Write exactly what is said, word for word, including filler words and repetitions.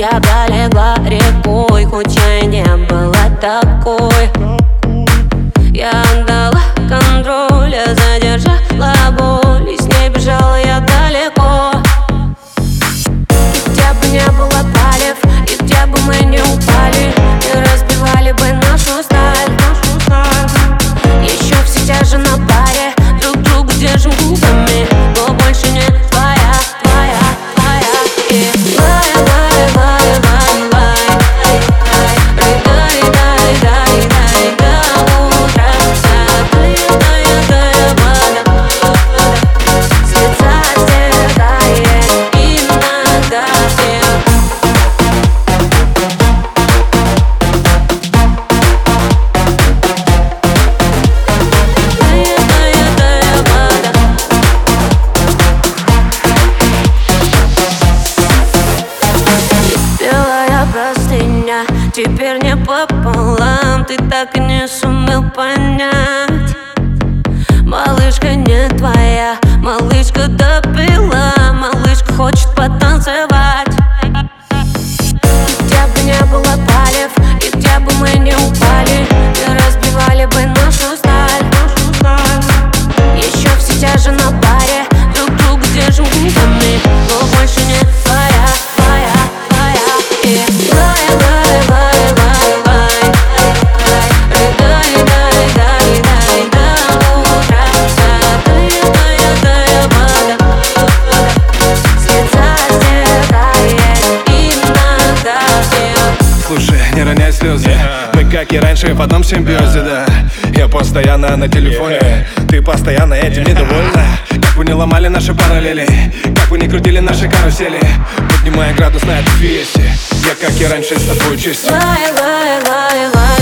я долегла рекой, хоть я и не была такой. Я отдала контроль, я задержала боль, и с ней бежала я далеко. И где бы не было палев, и где бы мы не упали, не разбивали бы нашу сталь. Еще все те же на паре, друг друга держим губами, но больше не твоя, твоя, твоя. И лай, лай, лай, лай, лай, лай, дай, дай, дай, дай, до утра. Садая, дая вода, с лица стекает иногда. Теперь не пополам, ты так и не сумел понять. Малышка не твоя, малышка допила, малышка хочет потанцевать. Где бы не было палев, и где бы мы не упали, не разбивали бы нашу сталь. Еще все те же на паре, друг друга держим губами, но больше не твоя, твоя, твоя. И лай, лай, лай. Слушай, не роняй слезы, yeah. Мы как и раньше в одном симбиозе, да. Я постоянно на телефоне, yeah. Ты постоянно этим недовольна. Как вы не ломали наши параллели, как вы не крутили наши карусели, поднимая градус на этой фиесте. Я как и раньше с тобой честен. Лай, лай, лай, лай.